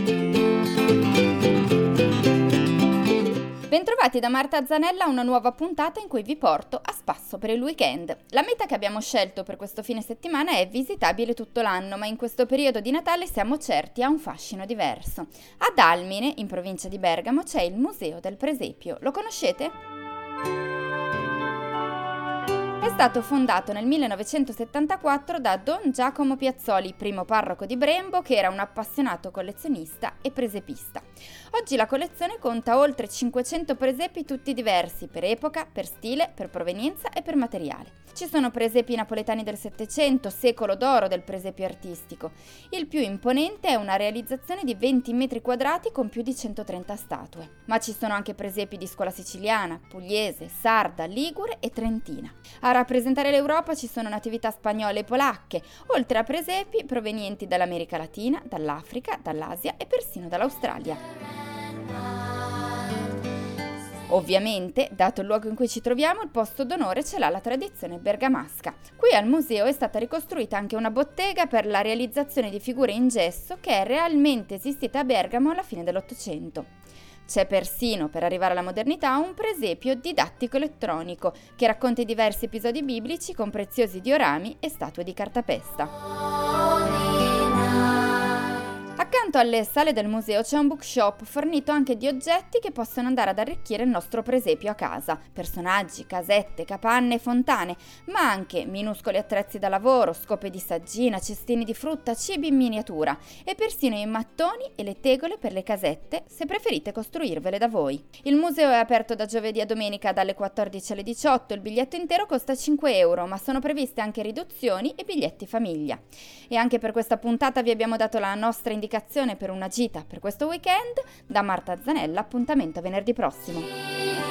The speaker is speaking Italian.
Bentrovati da Marta Zanella a una nuova puntata in cui vi porto a spasso per il weekend. La meta che abbiamo scelto per questo fine settimana è visitabile tutto l'anno, ma in questo periodo di Natale siamo certi ha un fascino diverso. Ad Almine, in provincia di Bergamo, c'è il Museo del Presepio. Lo conoscete? È stato fondato nel 1974 da Don Giacomo Piazzoli, primo parroco di Brembo, che era un appassionato collezionista e presepista. Oggi la collezione conta oltre 500 presepi tutti diversi, per epoca, per stile, per provenienza e per materiale. Ci sono presepi napoletani del Settecento, secolo d'oro del presepio artistico. Il più imponente è una realizzazione di 20 metri quadrati con più di 130 statue. Ma ci sono anche presepi di scuola siciliana, pugliese, sarda, ligure e trentina. A rappresentare l'Europa ci sono natività spagnole e polacche, oltre a presepi provenienti dall'America Latina, dall'Africa, dall'Asia e persino dall'Australia. Ovviamente, dato il luogo in cui ci troviamo, il posto d'onore ce l'ha la tradizione bergamasca. Qui al museo è stata ricostruita anche una bottega per la realizzazione di figure in gesso che è realmente esistita a Bergamo alla fine dell'Ottocento. C'è persino, per arrivare alla modernità, un presepio didattico elettronico che racconta i diversi episodi biblici con preziosi diorami e statue di cartapesta. Accanto alle sale del museo c'è un bookshop fornito anche di oggetti che possono andare ad arricchire il nostro presepio a casa: personaggi, casette, capanne e fontane, ma anche minuscoli attrezzi da lavoro, scope di saggina, cestini di frutta, cibi in miniatura e persino i mattoni e le tegole per le casette, se preferite costruirvele da voi. Il museo è aperto da giovedì a domenica dalle 14 alle 18, il biglietto intero costa 5 euro, ma sono previste anche riduzioni e biglietti famiglia. E anche per questa puntata vi abbiamo dato la nostra indicazione per una gita per questo weekend. Da Marta Zanella, appuntamento a venerdì prossimo.